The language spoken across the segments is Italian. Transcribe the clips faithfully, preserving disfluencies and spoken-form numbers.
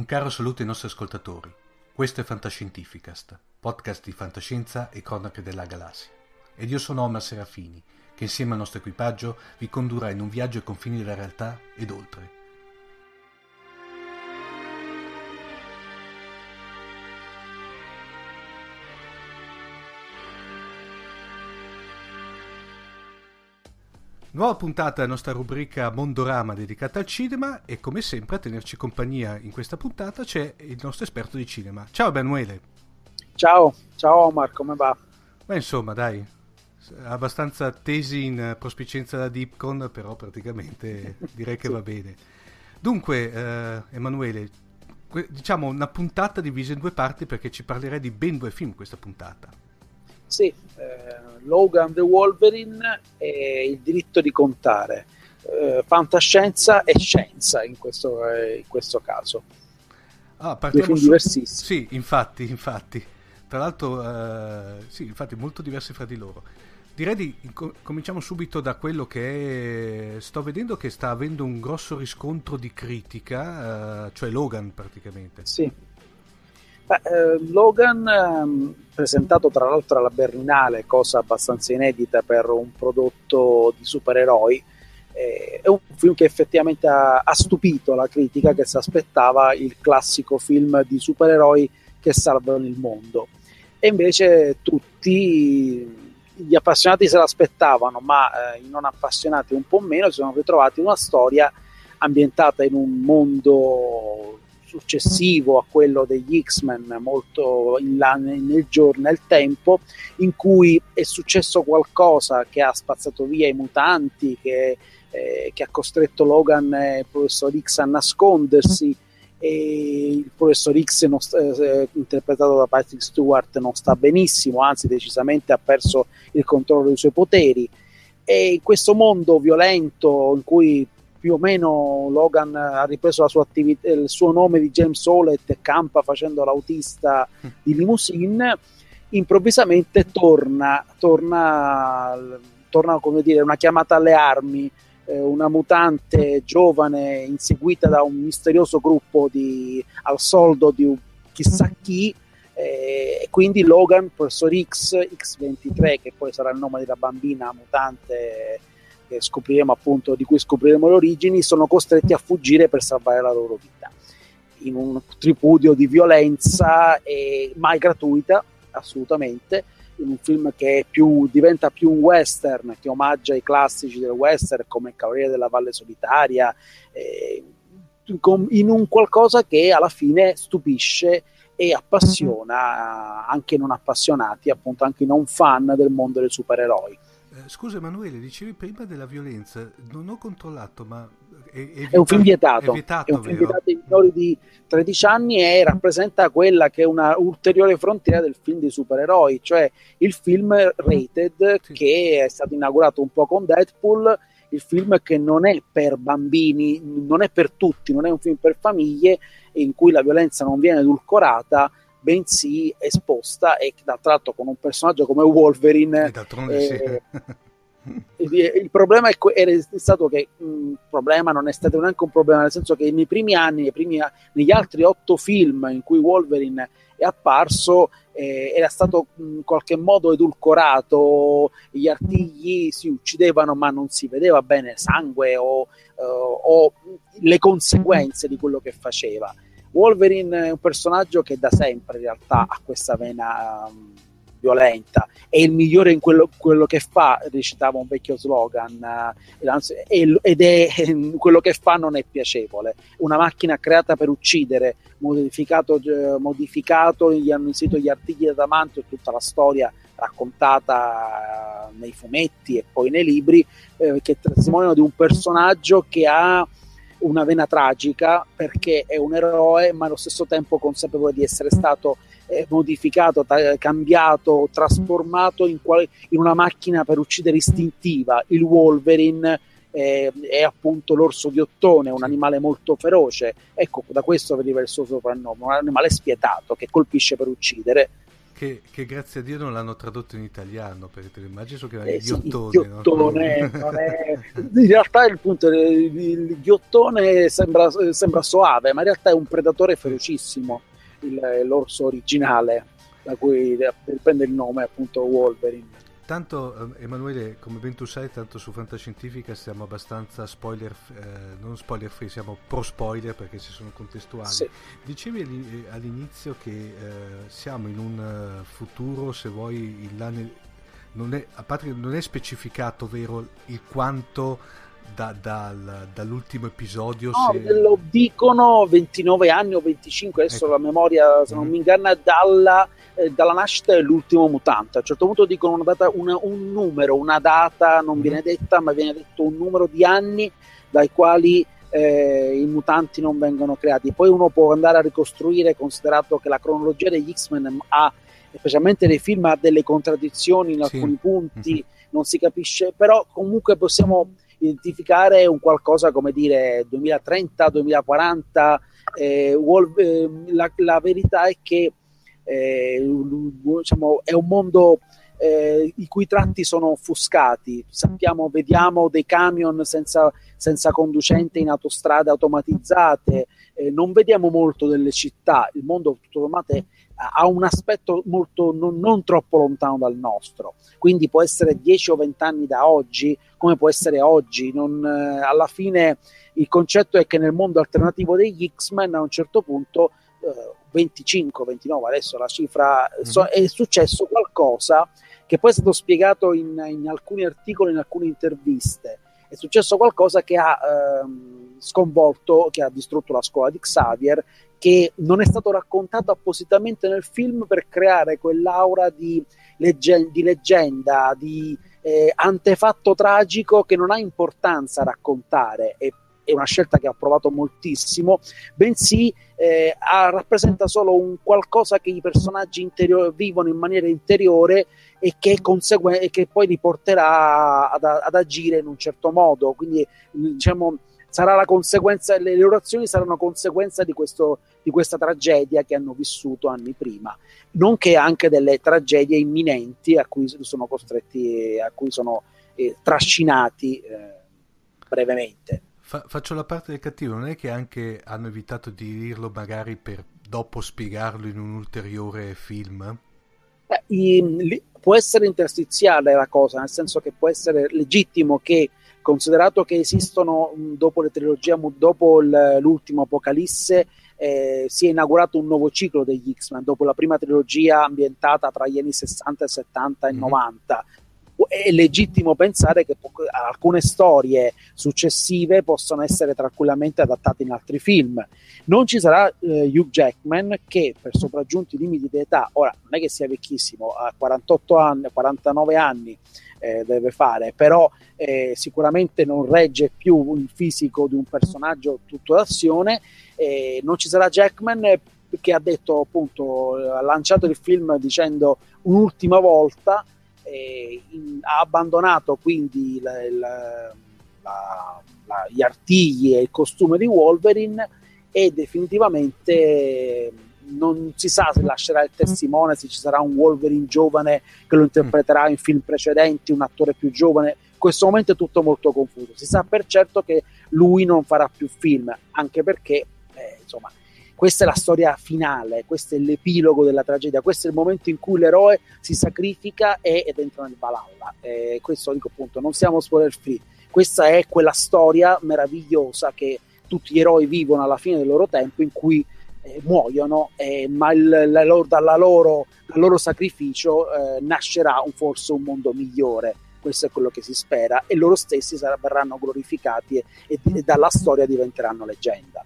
caro saluto ai nostri ascoltatori. Questo è Fantascientificast, podcast di fantascienza e cronache della galassia. Ed io sono Omar Serafini, che insieme al nostro equipaggio vi condurrà in un viaggio ai confini della realtà ed oltre. Nuova puntata della nostra rubrica Mondorama dedicata al cinema e come sempre a tenerci compagnia in questa puntata c'è il nostro esperto di cinema. Ciao Emanuele. Ciao, ciao Omar, come va? Beh, insomma, dai, abbastanza tesi in prospicienza da Dipcon, però praticamente direi che sì. Va bene. Dunque, eh, Emanuele, que- diciamo una puntata divisa in due parti perché ci parlerai di ben due film questa puntata. Sì, eh, Logan the Wolverine e Il diritto di contare, eh, fantascienza e scienza in questo, eh, in questo caso. Ah, partiamo due film su... diversissimi. Sì, infatti, infatti. Tra l'altro, eh, sì, infatti molto diversi fra di loro. Direi di com- cominciamo subito da quello che è... sto vedendo che sta avendo un grosso riscontro di critica, eh, cioè Logan praticamente. Sì. Beh, eh, Logan, ehm, presentato tra l'altro alla Berlinale, cosa abbastanza inedita per un prodotto di supereroi, eh, è un film che effettivamente ha, ha stupito la critica, che si aspettava il classico film di supereroi che salvano il mondo, e invece tutti gli appassionati se l'aspettavano, ma eh, i non appassionati un po' meno si sono ritrovati una storia ambientata in un mondo successivo a quello degli X-Men, molto in là nel giorno, nel tempo, in cui è successo qualcosa che ha spazzato via i mutanti, che, eh, che ha costretto Logan e il professor X a nascondersi, e il professor X non sta, eh, interpretato da Patrick Stewart non sta benissimo, anzi decisamente ha perso il controllo dei suoi poteri, e in questo mondo violento in cui più o meno Logan ha ripreso la sua attività, il suo nome di James Howlett, e campa facendo l'autista di limousine, improvvisamente torna torna, torna come dire, una chiamata alle armi, eh, una mutante giovane inseguita da un misterioso gruppo di, al soldo di un chissà chi, e eh, quindi Logan, professor X, X ventitré, che poi sarà il nome della bambina mutante che scopriremo, appunto, di cui scopriremo le origini, sono costretti a fuggire per salvare la loro vita in un tripudio di violenza, e mai gratuita assolutamente, in un film che più, diventa più un western, che omaggia i classici del western come Cavaliere della Valle Solitaria, eh, in un qualcosa che alla fine stupisce e appassiona anche i non appassionati, appunto anche i non fan del mondo dei supereroi. Scusa Emanuele, dicevi prima della violenza, non ho controllato, ma è, è, vietato, è un film vietato, è, vietato, è un film vietato ai minori di tredici anni, e rappresenta quella che è una ulteriore frontiera del film di supereroi, cioè il film rated, sì, che è stato inaugurato un po' con Deadpool, il film che non è per bambini, non è per tutti, non è un film per famiglie, in cui la violenza non viene edulcorata, bensì esposta, e tra l'altro con un personaggio come Wolverine. Eh, sì. Il problema è, è stato che il problema non è stato neanche un problema, nel senso che nei primi anni, nei primi, negli altri otto film in cui Wolverine è apparso, eh, era stato in qualche modo edulcorato, gli artigli si uccidevano ma non si vedeva bene sangue o, uh, o le conseguenze di quello che faceva. Wolverine è un personaggio che da sempre in realtà ha questa vena um, violenta, è il migliore in quello, quello che fa, recitava un vecchio slogan, uh, ed è quello che fa non è piacevole, una macchina creata per uccidere, modificato, uh, modificato gli hanno inserito gli artigli d'adamantio, tutta la storia raccontata uh, nei fumetti e poi nei libri, uh, che testimoniano di un personaggio che ha una vena tragica, perché è un eroe ma allo stesso tempo consapevole di essere stato eh, modificato, ta- cambiato, trasformato in, qual- in una macchina per uccidere istintiva. Il Wolverine eh, è appunto l'orso ghiottone, un animale molto feroce, ecco, da questo veniva il suo soprannome, un animale spietato che colpisce per uccidere. che, che grazie a Dio non l'hanno tradotto in italiano, perché te lo immagini so che è eh, il sì, ghiottone, il ghiottone no? non è... in realtà il punto il, il ghiottone sembra, sembra soave, ma in realtà è un predatore ferocissimo, il, l'orso originale da cui prende il nome appunto Wolverine. Tanto Emanuele, come ben tu sai, tanto su Fantascientifica siamo abbastanza spoiler, eh, non spoiler free, siamo pro spoiler perché ci sono contestuali. Sì. Dicevi all'inizio che eh, siamo in un uh, futuro, se vuoi, il, non è, a parte che non è specificato, vero, il quanto da, dal, dall'ultimo episodio. No, se... lo dicono ventinove anni o venticinque, adesso ecco. La memoria, se non mm-hmm. mi inganna, dalla, eh, dalla nascita dell'ultimo mutante. A un certo punto dicono una data, una, un numero, una data non mm-hmm. viene detta, ma viene detto un numero di anni dai quali eh, i mutanti non vengono creati. Poi uno può andare a ricostruire, considerato che la cronologia degli X-Men ha, specialmente nei film, ha delle contraddizioni in alcuni sì. punti, mm-hmm. non si capisce, però comunque possiamo identificare un qualcosa come dire duemilatrenta duemilaquaranta. eh, Wolf, eh, la, la verità è che eh, diciamo, è un mondo eh, i cui tratti sono offuscati. Sappiamo, vediamo dei camion senza, senza conducente in autostrade automatizzate, eh, non vediamo molto delle città. Il mondo tutto sommato ha un aspetto molto non, non troppo lontano dal nostro, quindi può essere dieci o venti anni da oggi, come può essere oggi. Non, eh, alla fine il concetto è che nel mondo alternativo degli X-Men a un certo punto eh, venticinque ventinove, adesso la cifra, mm-hmm. so, è successo qualcosa che poi è stato spiegato in, in alcuni articoli, in alcune interviste. È successo qualcosa che ha ehm, sconvolto, che ha distrutto la scuola di Xavier, che non è stato raccontato appositamente nel film per creare quell'aura di, legge- di leggenda, di eh, antefatto tragico che non ha importanza raccontare. E è una scelta che ha approvato moltissimo, bensì eh, ha, rappresenta solo un qualcosa che i personaggi interior- vivono in maniera interiore e che, consegue- e che poi li porterà ad, ad agire in un certo modo. Quindi diciamo sarà la conseguenza, le loro azioni saranno conseguenza di, questo, di questa tragedia che hanno vissuto anni prima, nonché anche delle tragedie imminenti a cui sono costretti, a cui sono eh, trascinati eh, brevemente. Fa, faccio la parte del cattivo, non è che anche hanno evitato di dirlo magari per dopo spiegarlo in un ulteriore film? Eh, i, li, può essere interstiziale la cosa, nel senso che può essere legittimo che, considerato che esistono dopo le trilogie, dopo il, l'ultimo Apocalisse, eh, si è inaugurato un nuovo ciclo degli X-Men dopo la prima trilogia ambientata tra gli anni sessanta, settanta e mm-hmm. novanta. È legittimo pensare che po- alcune storie successive possono essere tranquillamente adattate in altri film. Non ci sarà eh, Hugh Jackman, che per sopraggiunti limiti di età, ora non è che sia vecchissimo, ha quarantotto anni, quarantanove anni eh, deve fare, però eh, sicuramente non regge più il fisico di un personaggio tutto d'azione. Eh, non ci sarà Jackman, eh, che ha detto appunto, ha lanciato il film dicendo un'ultima volta. Eh, in, ha abbandonato quindi la, la, la, la, gli artigli e il costume di Wolverine, e definitivamente non si sa se lascerà il testimone, se ci sarà un Wolverine giovane che lo interpreterà in film precedenti, un attore più giovane. In questo momento è tutto molto confuso. Si sa per certo che lui non farà più film, anche perché eh, insomma questa è la storia finale, questo è l'epilogo della tragedia, questo è il momento in cui l'eroe si sacrifica e, ed entra nel Valhalla. Eh, questo dico appunto, non siamo spoiler free, questa è quella storia meravigliosa che tutti gli eroi vivono alla fine del loro tempo, in cui eh, muoiono, eh, ma il, la loro, dalla loro, dal loro sacrificio eh, nascerà un, forse un mondo migliore. Questo è quello che si spera, e loro stessi saranno, verranno glorificati e, e, e dalla storia diventeranno leggenda.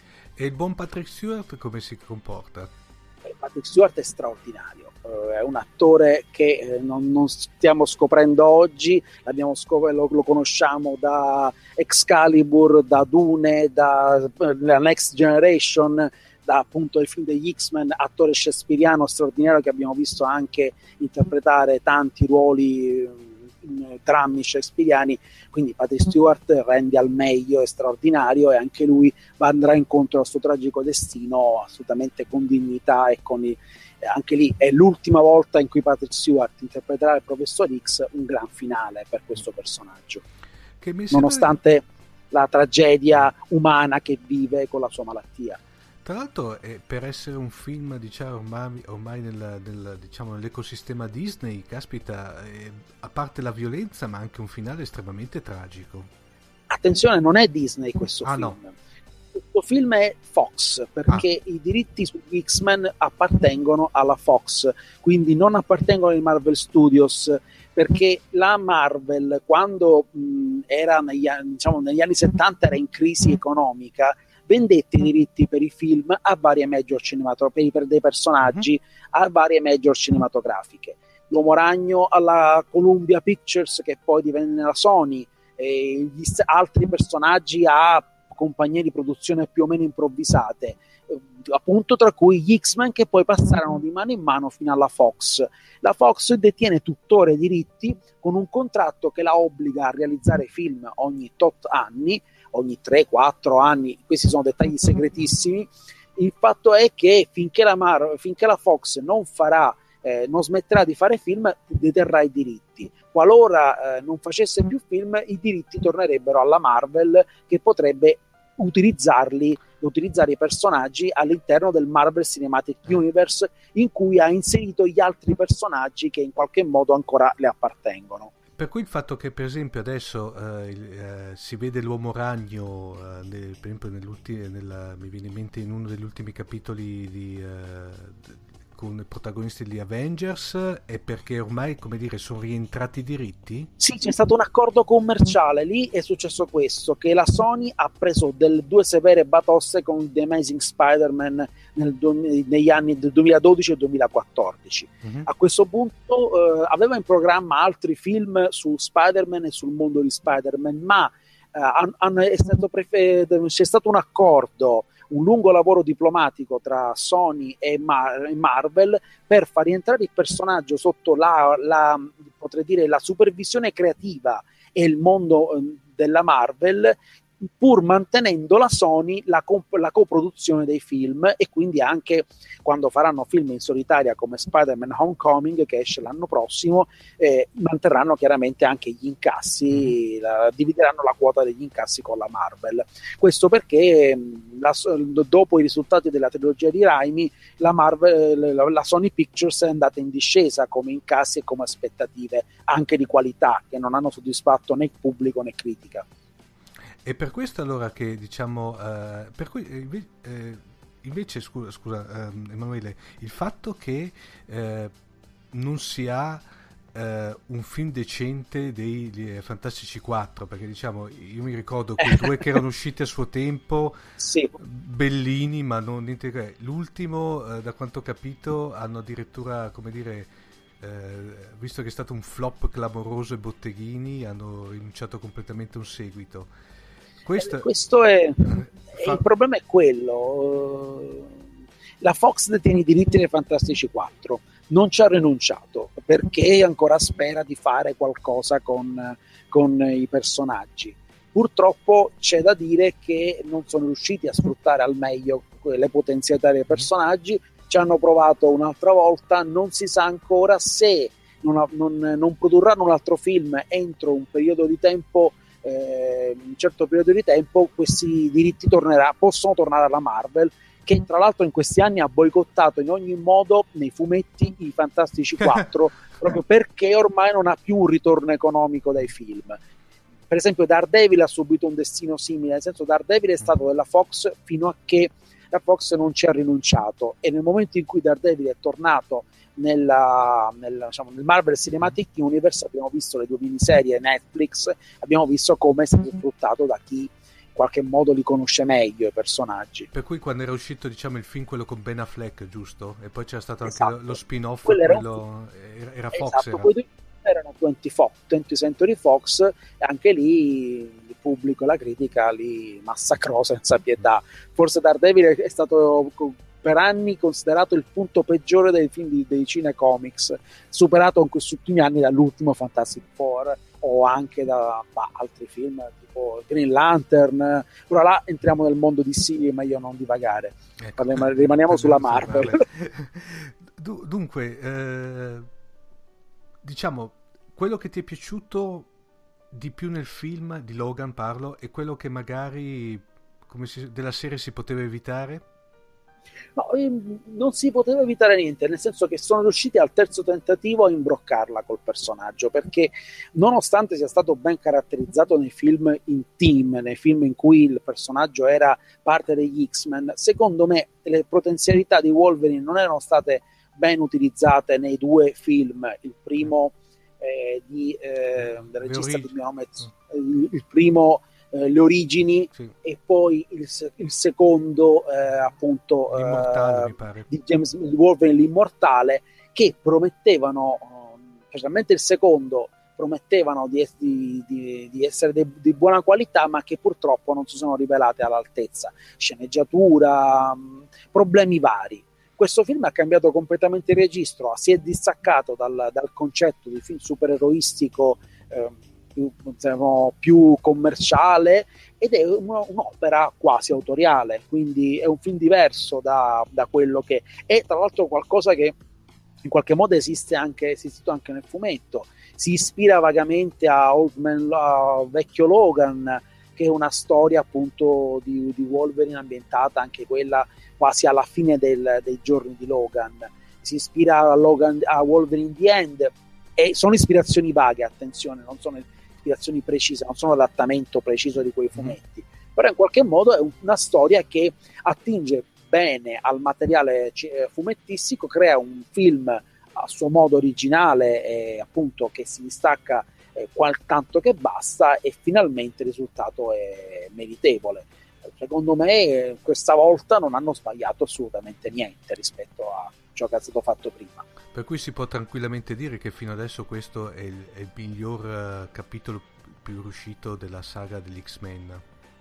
E il buon Patrick Stewart come si comporta? Patrick Stewart è straordinario, uh, è un attore che eh, non, non stiamo scoprendo oggi, l'abbiamo scop- lo, lo conosciamo da Excalibur, da Dune, da uh, la Next Generation, da appunto il film degli X-Men, attore shakespeariano straordinario che abbiamo visto anche interpretare tanti ruoli mh, drammi shakespeariani, quindi Patrick Stewart rende al meglio, è straordinario, e anche lui andrà incontro al suo tragico destino assolutamente con dignità e con i, anche lì è l'ultima volta in cui Patrick Stewart interpreterà il professor X, un gran finale per questo personaggio, che mi nonostante sembra... la tragedia umana che vive con la sua malattia. Tra l'altro, eh, per essere un film, diciamo, ormai, ormai nel, nel, diciamo, nell'ecosistema Disney, caspita, eh, a parte la violenza, ma anche un finale estremamente tragico. Attenzione, non è Disney questo ah, film. No. Questo film è Fox, perché ah. i diritti su X-Men appartengono alla Fox, quindi non appartengono ai Marvel Studios, perché la Marvel, quando mh, era negli, diciamo, negli anni settanta, era in crisi economica, vendette i diritti per i film a varie major cinematografiche, per dei personaggi a varie major cinematografiche. L'Uomo Ragno alla Columbia Pictures, che poi divenne la Sony, e gli altri personaggi a compagnie di produzione più o meno improvvisate, appunto, tra cui gli X-Men, che poi passarono di mano in mano fino alla Fox. La Fox detiene tuttora i diritti con un contratto che la obbliga a realizzare film ogni tot anni, ogni tre quattro anni, questi sono dettagli segretissimi. Il fatto è che finché la, Mar- finché la Fox non farà eh, non smetterà di fare film, deterrà i diritti. Qualora eh, non facesse più film, i diritti tornerebbero alla Marvel, che potrebbe utilizzarli utilizzare i personaggi all'interno del Marvel Cinematic Universe, in cui ha inserito gli altri personaggi che in qualche modo ancora le appartengono. Per cui il fatto che, per esempio, adesso eh, il, eh, si vede l'Uomo Ragno, eh, nel, per esempio, nella, mi viene in mente in uno degli ultimi capitoli di, eh, con i protagonisti degli Avengers, è perché ormai, come dire, sono rientrati i diritti? Sì, c'è stato un accordo commerciale, lì è successo questo, che la Sony ha preso delle due severe batoste con The Amazing Spider-Man nel, negli anni del duemiladodici e duemilaquattordici. Uh-huh. A questo punto eh, aveva in programma altri film su Spider-Man e sul mondo di Spider-Man, ma eh, han, han, è stato prefer- c'è stato un accordo, un lungo lavoro diplomatico tra Sony e, Mar- e Marvel per far rientrare il personaggio sotto la, la, potrei dire, la supervisione creativa e il mondo eh, della Marvel, pur mantenendo la Sony la, comp- la coproduzione dei film, e quindi anche quando faranno film in solitaria come Spider-Man Homecoming, che esce l'anno prossimo, eh, manterranno chiaramente anche gli incassi, la, divideranno la quota degli incassi con la Marvel. Questo perché la, dopo i risultati della trilogia di Raimi, la, Marvel, la, la Sony Pictures è andata in discesa come incassi e come aspettative anche di qualità, che non hanno soddisfatto né il pubblico né critica. E per questo allora che diciamo eh, per cui eh, invece scusa, scusa eh, Emanuele, il fatto che eh, non si ha eh, un film decente dei, dei Fantastici quattro, perché diciamo io mi ricordo quei due che erano usciti a suo tempo, sì, bellini, ma non niente. L'ultimo eh, da quanto ho capito hanno addirittura, come dire, eh, visto che è stato un flop clamoroso e botteghini, hanno rinunciato completamente a un seguito. Questo, Questo è fa... il problema è quello. La Fox detiene i diritti dei Fantastici quattro, non ci ha rinunciato perché ancora spera di fare qualcosa con, con i personaggi. Purtroppo c'è da dire che non sono riusciti a sfruttare al meglio le potenzialità dei personaggi, ci hanno provato un'altra volta, non si sa ancora se non, non, non produrranno un altro film entro un periodo di tempo. Eh, un certo periodo di tempo questi diritti tornerà, possono tornare alla Marvel, che tra l'altro in questi anni ha boicottato in ogni modo nei fumetti i Fantastici quattro proprio perché ormai non ha più un ritorno economico dai film. Per esempio Daredevil ha subito un destino simile, nel senso Daredevil è stato della Fox fino a che la Fox non ci ha rinunciato, e nel momento in cui Daredevil è tornato Nella, nel, diciamo, nel Marvel Cinematic Universe abbiamo visto le due miniserie Netflix, abbiamo visto come è stato sfruttato da chi in qualche modo li conosce meglio i personaggi. Per cui quando era uscito, diciamo, il film quello con Ben Affleck, giusto? E poi c'era stato Esatto. anche lo, lo spin-off, quello, quello era, era Fox. Esatto, era. Quelli erano venti Century Fox, e anche lì il pubblico e la critica li massacrò senza pietà. Forse Daredevil è stato per anni considerato il punto peggiore dei film di, dei cinecomics, superato in questi ultimi anni dall'ultimo Fantastic Four o anche da bah, altri film tipo Green Lantern. Ora là entriamo nel mondo di sì, ma io non divagare, ecco. Parliamo, rimaniamo sulla Marvel. Dunque, eh, diciamo, quello che ti è piaciuto di più nel film di Logan, parlo, e quello che magari come si, della serie si poteva evitare? No, non si poteva evitare niente, nel senso che sono riusciti al terzo tentativo a imbroccarla col personaggio, perché nonostante sia stato ben caratterizzato nei film in team, nei film in cui il personaggio era parte degli X-Men, secondo me le potenzialità di Wolverine non erano state ben utilizzate nei due film. Il primo eh, di, eh, del regista di mio nome, il, il primo eh, Le Origini, sì. E poi il, il secondo eh, appunto L'Immortale, eh, mi pare. Di James Wolverine, l'Immortale, che promettevano, specialmente il secondo, promettevano di, di, di, di essere di, di buona qualità, ma che purtroppo non si sono rivelate all'altezza. Sceneggiatura, problemi vari. Questo film ha cambiato completamente il registro, si è distaccato dal, dal concetto di film supereroistico eh, più, diciamo, più commerciale, ed è un, un'opera quasi autoriale, quindi è un film diverso da, da quello che è, tra l'altro qualcosa che in qualche modo esiste anche, esistito anche nel fumetto. Si ispira vagamente a Old Man, a Vecchio Logan, che è una storia appunto di, di Wolverine ambientata anche quella quasi alla fine del, dei giorni di Logan. Si ispira a, Logan, a Wolverine in the End, e sono ispirazioni vaghe, attenzione, non sono ispirazioni precise, non sono adattamento preciso di quei fumetti, mm. però in qualche modo è una storia che attinge bene al materiale fumettistico, crea un film a suo modo originale e appunto che si distacca eh, qual tanto che basta, e finalmente il risultato è meritevole. Secondo me questa volta non hanno sbagliato assolutamente niente rispetto a ciò che è stato fatto prima. Per cui si può tranquillamente dire che fino adesso questo è il, è il miglior uh, capitolo più riuscito della saga degli X-Men.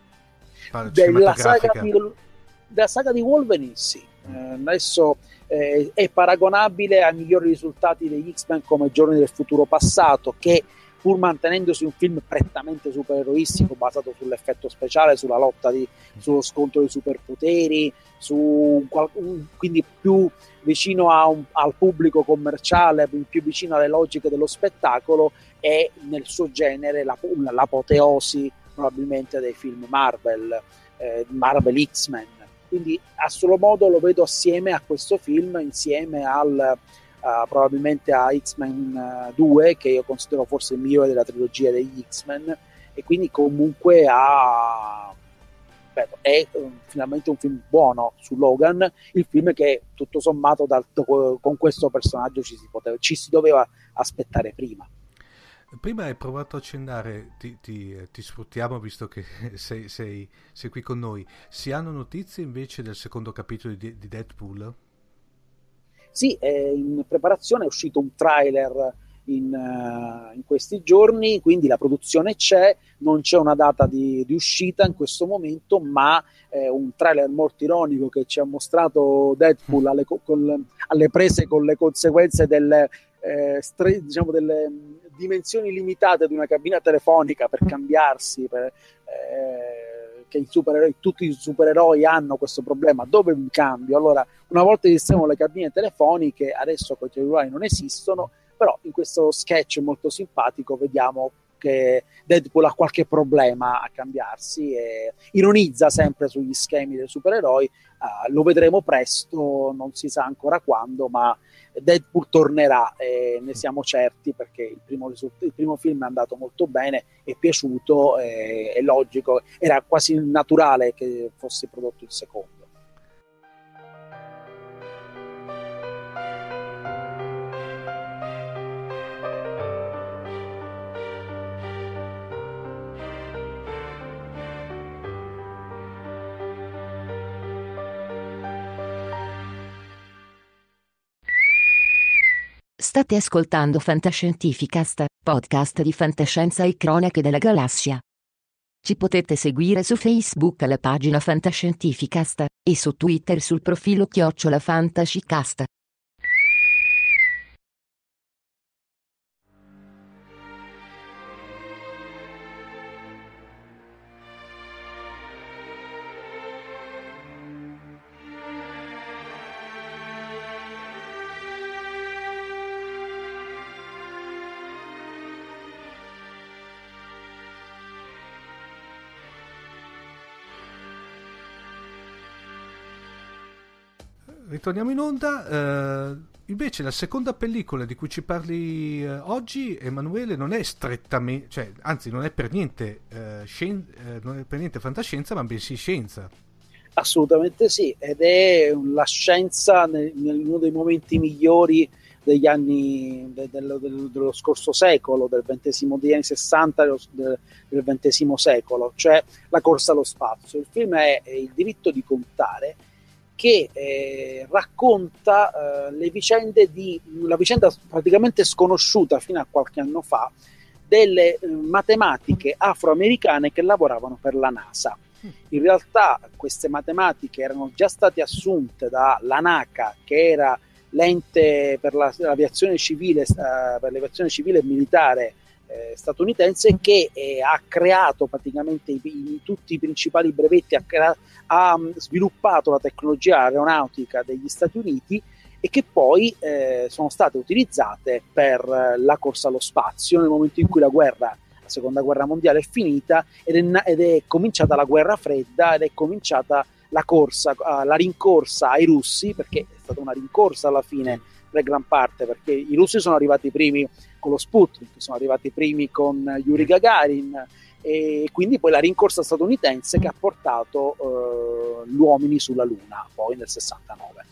Della saga di, della saga di Wolverine, sì. Mm. Eh, adesso eh, è paragonabile ai migliori risultati degli X-Men come Giorni del futuro passato, che pur mantenendosi un film prettamente supereroistico basato sull'effetto speciale, sulla lotta di, sullo scontro dei superpoteri, su un, quindi più vicino a un, al pubblico commerciale, più vicino alle logiche dello spettacolo, è nel suo genere la, l'apoteosi probabilmente dei film Marvel, eh, Marvel X-Men. Quindi a suo modo lo vedo assieme a questo film, insieme al Uh, probabilmente a X-Men uh, due, che io considero forse il migliore della trilogia degli X-Men, e quindi comunque ha beh, è um, finalmente un film buono su Logan, il film che tutto sommato dal, con questo personaggio ci si, poteva, ci si doveva aspettare prima. Prima hai provato a accennare, ti, ti, ti sfruttiamo visto che sei, sei, sei qui con noi. Si hanno notizie invece del secondo capitolo di, di Deadpool? Sì, è in preparazione, è uscito un trailer in, uh, in questi giorni, quindi la produzione c'è, non c'è una data di, di uscita in questo momento, ma è un trailer molto ironico che ci ha mostrato Deadpool alle, con, alle prese con le conseguenze delle, eh, stre, diciamo delle dimensioni limitate di una cabina telefonica per cambiarsi, per, eh, che i supereroi, tutti i supereroi hanno questo problema, dove mi cambio? Allora, una volta esistevano le cabine telefoniche, adesso con i cellulari non esistono, però in questo sketch molto simpatico vediamo che Deadpool ha qualche problema a cambiarsi e ironizza sempre sugli schemi dei supereroi. Uh, lo vedremo presto, non si sa ancora quando, ma Deadpool tornerà, e ne siamo certi, perché il primo, il primo film è andato molto bene, è piaciuto, è, è logico, era quasi naturale che fosse prodotto il secondo. State ascoltando Fantascientificast, podcast di fantascienza e cronache della galassia. Ci potete seguire su Facebook alla pagina Fantascientificast e su Twitter sul profilo chiocciola Fantascicast. Ritorniamo in onda. Uh, invece la seconda pellicola di cui ci parli uh, oggi, Emanuele, non è strettamente, cioè, anzi non è per niente uh, scien- uh, non è per niente fantascienza, ma bensì scienza. Assolutamente sì, ed è la scienza nel, in uno dei momenti migliori degli anni de, de, de, dello scorso secolo, del ventesimo, degli anni sessanta dello, de, del ventesimo secolo, cioè la corsa allo spazio. Il film è, è Il diritto di contare, che eh, racconta eh, le vicende di la vicenda praticamente sconosciuta fino a qualche anno fa delle eh, matematiche afroamericane che lavoravano per la NASA. In realtà queste matematiche erano già state assunte dalla NACA, che era l'ente per la, l'aviazione civile, eh, per l'aviazione civile e militare eh, statunitense, che eh, ha creato praticamente i, i, tutti i principali brevetti, ha, crea- ha sviluppato la tecnologia aeronautica degli Stati Uniti e che poi eh, sono state utilizzate per la corsa allo spazio nel momento in cui la guerra la seconda guerra mondiale è finita ed è, ed è cominciata la guerra fredda ed è cominciata la corsa, uh, la rincorsa ai russi, perché è stata una rincorsa alla fine per gran parte, perché i russi sono arrivati primi con lo Sputnik, sono arrivati primi con Yuri Gagarin, e quindi poi la rincorsa statunitense che ha portato uh, gli uomini sulla Luna, poi nel sessantanove.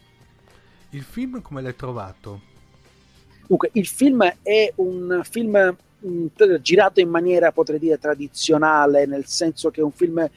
Il film come l'hai trovato? Dunque, il film è un film mh, girato in maniera, potrei dire, tradizionale, nel senso che è un film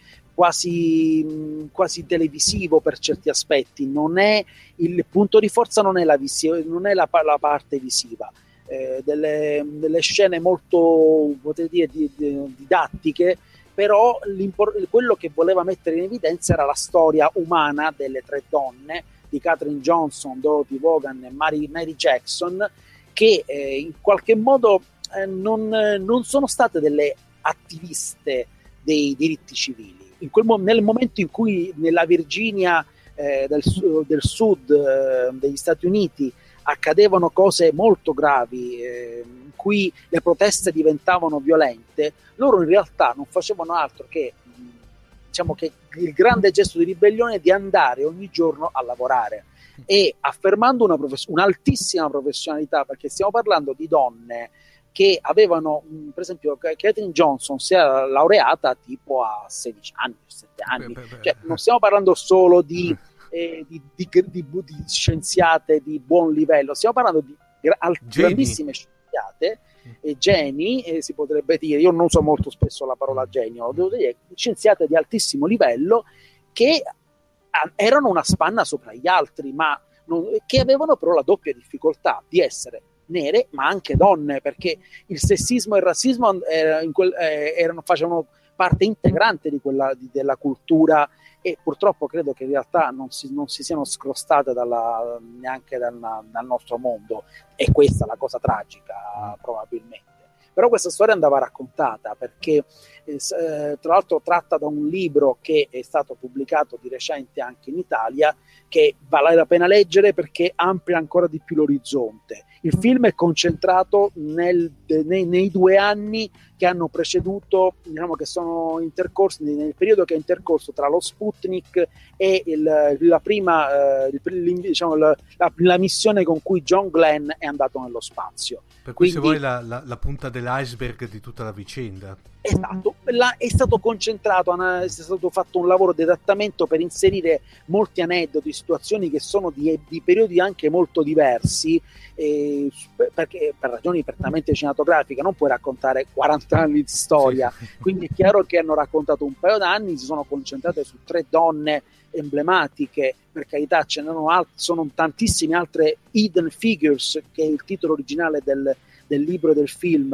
quasi, mh, quasi televisivo per certi aspetti. Non è il punto di forza, non è la, visi- non è la, la parte visiva. Eh, delle, delle scene molto, potrei dire, di, di, didattiche, però quello che voleva mettere in evidenza era la storia umana delle tre donne, di Katherine Johnson, Dorothy Vaughan e Mary, Mary Jackson, che eh, in qualche modo eh, non, non sono state delle attiviste dei diritti civili. In quel mo- nel momento in cui nella Virginia eh, del, del sud eh, degli Stati Uniti accadevano cose molto gravi, eh, in cui le proteste diventavano violente, loro in realtà non facevano altro che, diciamo, che il grande gesto di ribellione è di andare ogni giorno a lavorare, e affermando una profes- un'altissima professionalità, perché stiamo parlando di donne che avevano, mh, per esempio Katherine Johnson si era laureata tipo a sedici anni, diciassette anni, beh, beh, beh. Cioè, non stiamo parlando solo di, eh, di, di, di, di, di scienziate di buon livello, stiamo parlando di gra- grandissime scienziate, e geni, eh, si potrebbe dire, io non uso molto spesso la parola genio, devo dire, scienziate di altissimo livello che a- erano una spanna sopra gli altri, ma non, che avevano però la doppia difficoltà di essere nere ma anche donne, perché il sessismo e il razzismo eh, in quel, eh, erano, facevano parte integrante di quella, di, della cultura, e purtroppo credo che in realtà non si, non si siano scrostate dalla, neanche dal, dal nostro mondo, e questa è la cosa tragica probabilmente. Però questa storia andava raccontata, perché eh, tra l'altro tratta da un libro che è stato pubblicato di recente anche in Italia, che vale la pena leggere perché amplia ancora di più l'orizzonte. Il film è concentrato nel, nei, nei due anni che hanno preceduto, diciamo che sono intercorsi, nel periodo che è intercorso tra lo Sputnik e il, la prima, eh, il, diciamo, la, la, la missione con cui John Glenn è andato nello spazio. Per cui, quindi, se vuoi, la, la, la punta dell'iceberg di tutta la vicenda. Esatto, là è stato concentrato, è stato fatto un lavoro di adattamento per inserire molti aneddoti, situazioni che sono di, di periodi anche molto diversi, eh, perché per ragioni prettamente cinematografiche non puoi raccontare quaranta anni di storia, sì. Quindi è chiaro che hanno raccontato un paio d'anni, si sono concentrate su tre donne emblematiche, per carità ce n'erano alt- sono tantissime altre hidden figures, che è il titolo originale del, del libro e del film,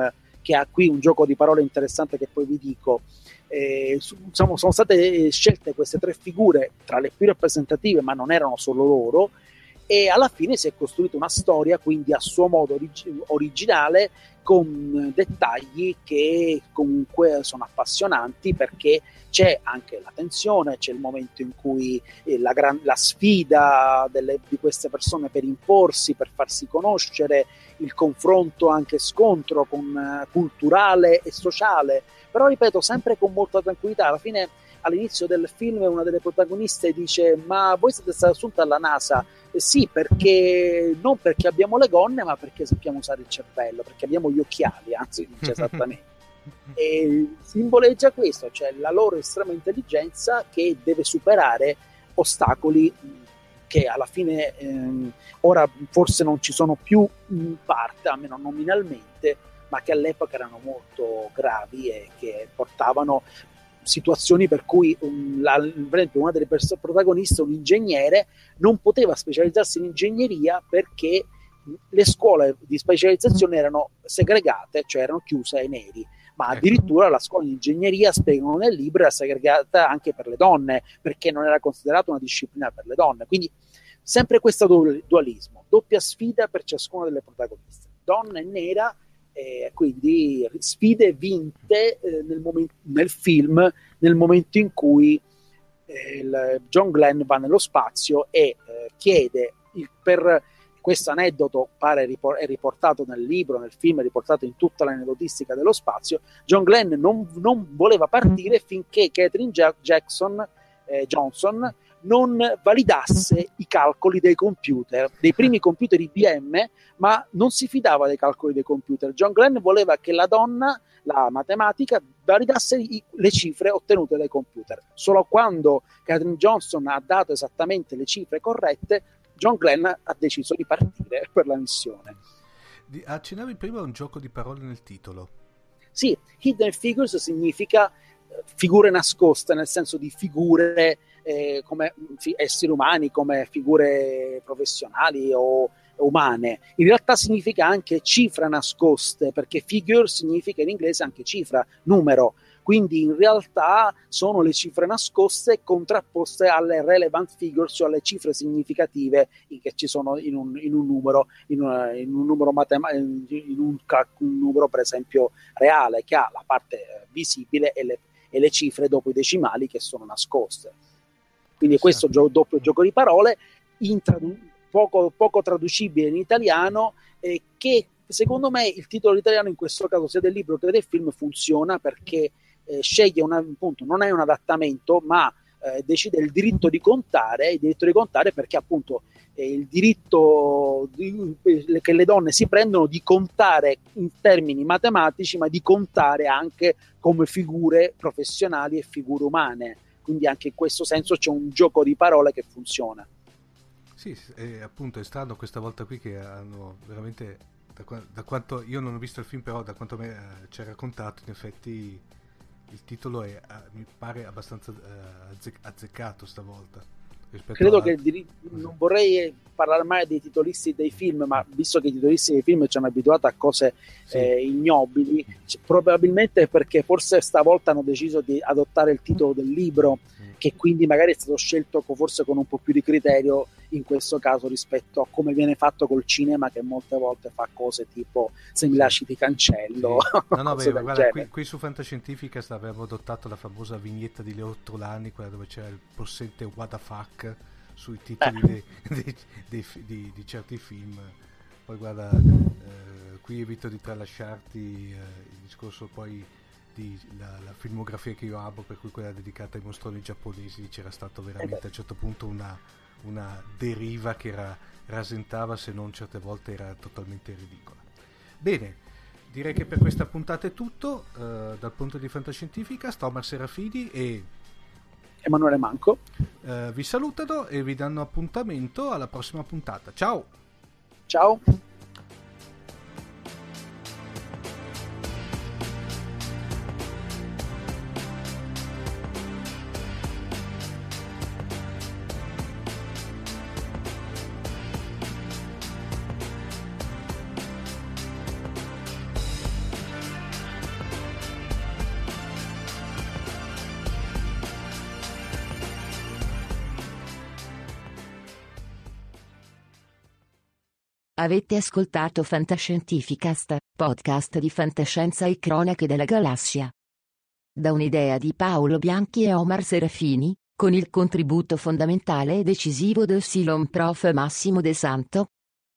che ha qui un gioco di parole interessante che poi vi dico. Eh, su, diciamo, sono state scelte queste tre figure tra le più rappresentative, ma non erano solo loro, e alla fine si è costruita una storia quindi a suo modo orig- originale, con dettagli che comunque sono appassionanti, perché c'è anche la tensione, c'è il momento in cui eh, la, gran- la sfida delle, di queste persone per imporsi, per farsi conoscere, il confronto anche scontro con, uh, culturale e sociale, però ripeto sempre con molta tranquillità. Alla fine, all'inizio del film, una delle protagoniste dice: ma voi siete stati assunti alla NASA? Eh sì, perché non perché abbiamo le gonne, ma perché sappiamo usare il cervello, perché abbiamo gli occhiali, anzi dice esattamente. E simboleggia questo, cioè la loro estrema intelligenza che deve superare ostacoli che alla fine ehm, ora forse non ci sono più in parte, almeno nominalmente, ma che all'epoca erano molto gravi e che portavano situazioni per cui un, la, per esempio una delle pers- protagoniste, un ingegnere, non poteva specializzarsi in ingegneria perché le scuole di specializzazione erano segregate, cioè erano chiuse ai neri, ma addirittura la scuola di ingegneria, spiegano nel libro, era segregata anche per le donne, perché non era considerata una disciplina per le donne. Quindi sempre questo dualismo, doppia sfida per ciascuna delle protagoniste, donna e nera. Eh, quindi sfide vinte eh, nel, moment- nel film, nel momento in cui eh, il John Glenn va nello spazio e eh, chiede il, per questo aneddoto pare ripor- è riportato nel libro, nel film è riportato in tutta l'aneddotistica dello spazio. John Glenn non, non voleva partire finché Katherine ja- Jackson eh, Johnson non validasse i calcoli dei computer, dei primi computer I B M, ma non si fidava dei calcoli dei computer. John Glenn voleva che la donna, la matematica, validasse i, le cifre ottenute dai computer. Solo quando Katherine Johnson ha dato esattamente le cifre corrette, John Glenn ha deciso di partire per la missione. Accennavi prima un gioco di parole nel titolo. Sì, Hidden Figures significa figure nascoste, nel senso di figure eh, come fi- esseri umani, come figure professionali o umane. In realtà significa anche cifre nascoste, perché figure significa in inglese anche cifra, numero. Quindi in realtà sono le cifre nascoste contrapposte alle relevant figures, cioè alle cifre significative che ci sono in un, in un numero, in, una, in un numero matematico, in un, un numero per esempio reale, che ha la parte visibile e le, e le cifre dopo i decimali che sono nascoste. Quindi questo gio- doppio gioco di parole intradu- poco, poco traducibile in italiano, eh, che secondo me il titolo italiano in questo caso sia del libro che del film funziona, perché eh, sceglie una, appunto, non è un adattamento, ma eh, decide il diritto di contare, il diritto di contare perché appunto eh, il diritto di, eh, che le donne si prendono di contare in termini matematici, ma di contare anche come figure professionali e figure umane. Quindi anche in questo senso c'è un gioco di parole che funziona. Sì, eh, appunto è strano questa volta qui che hanno veramente, da, da quanto io non ho visto il film, però da quanto me eh, ci ha raccontato, in effetti il titolo è, eh, mi pare abbastanza eh, azze- azzeccato stavolta. Credo che dir- non vorrei parlare mai dei titolisti dei film, ma visto che i titolisti dei film ci hanno abituato a cose sì. eh, ignobili, c- probabilmente perché forse stavolta hanno deciso di adottare il titolo del libro, che quindi magari è stato scelto co- forse con un po' più di criterio in questo caso rispetto a come viene fatto col cinema, che molte volte fa cose tipo se mi lasci ti cancello. Sì. No, no, beh, guarda, qui, qui su Fantascientificast avevamo adottato la famosa vignetta di Leo Trulani, quella dove c'era il possente what the fuck sui titoli eh. dei, dei, dei, di, di certi film. Poi guarda, eh, qui evito di tralasciarti eh, il discorso poi di la, la filmografia che io amo, per cui quella dedicata ai mostroni giapponesi, c'era stato veramente a un certo punto una, una deriva che era, rasentava, se non certe volte era totalmente ridicola. Bene, direi che per questa puntata è tutto. Uh, dal punto di Fantascientificast, Omar Serafini e Emanuele Manco uh, vi salutano e vi danno appuntamento alla prossima puntata. Ciao! Ciao! Avete ascoltato Fantascientificast, podcast di fantascienza e cronache della galassia. Da un'idea di Paolo Bianchi e Omar Serafini, con il contributo fondamentale e decisivo del Silon Prof Massimo De Santo.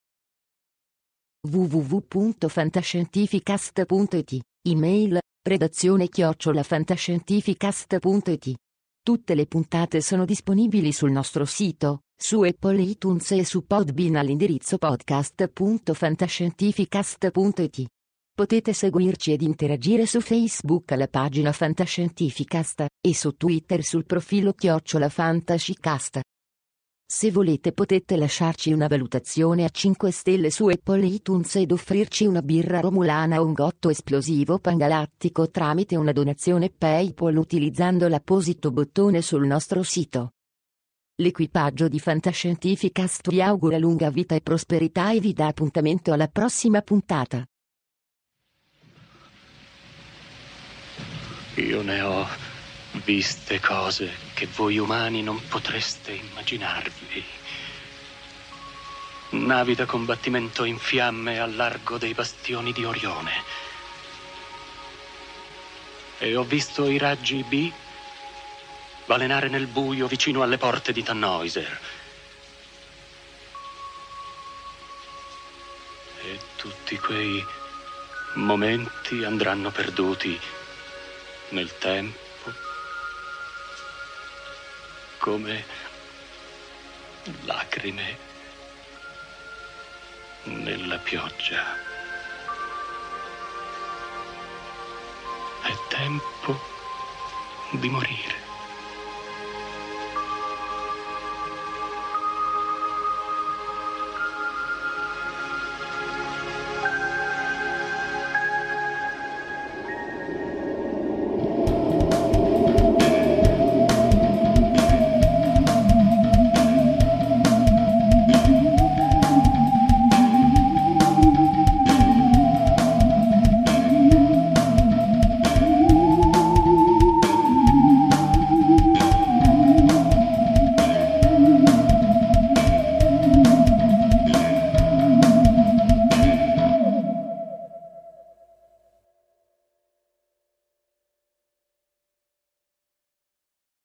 w w w punto fantascientificast punto i t, email, redazione chiocciola fantascientificast punto i t. Tutte le puntate sono disponibili sul nostro sito, su Apple iTunes e su Podbean all'indirizzo podcast punto fantascientificast punto i t. Potete seguirci ed interagire su Facebook alla pagina Fantascientificast, e su Twitter sul profilo chiocciola Fantascicast. Se volete potete lasciarci una valutazione a cinque stelle su Apple iTunes ed offrirci una birra romulana o un gotto esplosivo pangalattico tramite una donazione PayPal utilizzando l'apposito bottone sul nostro sito. L'equipaggio di Fantascientificast vi augura lunga vita e prosperità e vi dà appuntamento alla prossima puntata. Io ne ho viste cose che voi umani non potreste immaginarvi. Navi da combattimento in fiamme al largo dei bastioni di Orione. E ho visto i raggi B balenare nel buio vicino alle porte di Tannhäuser. E tutti quei momenti andranno perduti nel tempo, come lacrime nella pioggia. È tempo di morire.